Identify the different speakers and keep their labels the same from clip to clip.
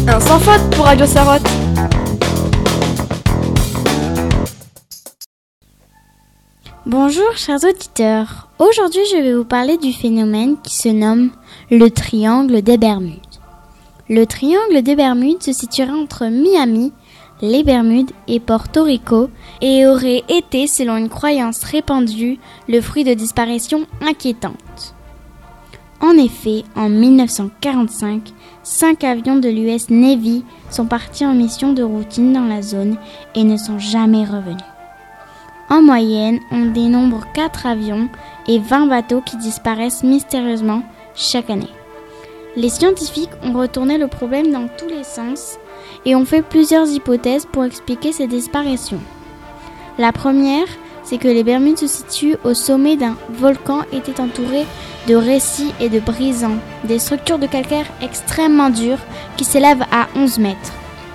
Speaker 1: Un sans faute pour Radio Sarotte.
Speaker 2: Bonjour chers auditeurs, aujourd'hui je vais vous parler du phénomène qui se nomme le triangle des Bermudes. Le triangle des Bermudes se situerait entre Miami, les Bermudes et Porto Rico et aurait été, selon une croyance répandue, le fruit de disparitions inquiétantes. En effet, en 1945, 5 avions de l'US Navy sont partis en mission de routine dans la zone et ne sont jamais revenus. En moyenne, on dénombre 4 avions et 20 bateaux qui disparaissent mystérieusement chaque année. Les scientifiques ont retourné le problème dans tous les sens et ont fait plusieurs hypothèses pour expliquer ces disparitions. La première, c'est que les Bermudes se situent au sommet d'un volcan étaient entourés de récifs et de brisants, des structures de calcaire extrêmement dures qui s'élèvent à 11 mètres.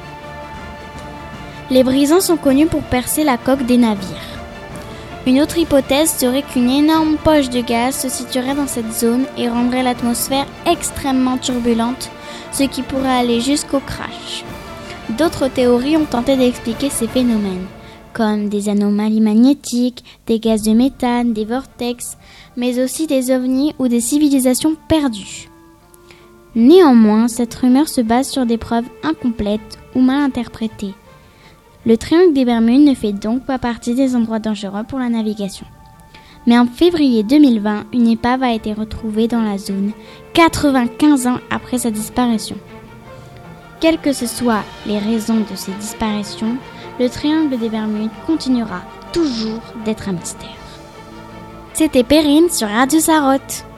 Speaker 2: Les brisants sont connus pour percer la coque des navires. Une autre hypothèse serait qu'une énorme poche de gaz se situerait dans cette zone et rendrait l'atmosphère extrêmement turbulente, ce qui pourrait aller jusqu'au crash. D'autres théories ont tenté d'expliquer ces phénomènes, comme des anomalies magnétiques, des gaz de méthane, des vortex, mais aussi des ovnis ou des civilisations perdues. Néanmoins, cette rumeur se base sur des preuves incomplètes ou mal interprétées. Le triangle des Bermudes ne fait donc pas partie des endroits dangereux pour la navigation. Mais en février 2020, une épave a été retrouvée dans la zone, 95 ans après sa disparition. Quelles que ce soient les raisons de ces disparitions, le triangle des Bermudes continuera toujours d'être un mystère. C'était Perrine sur Radio Sarotte.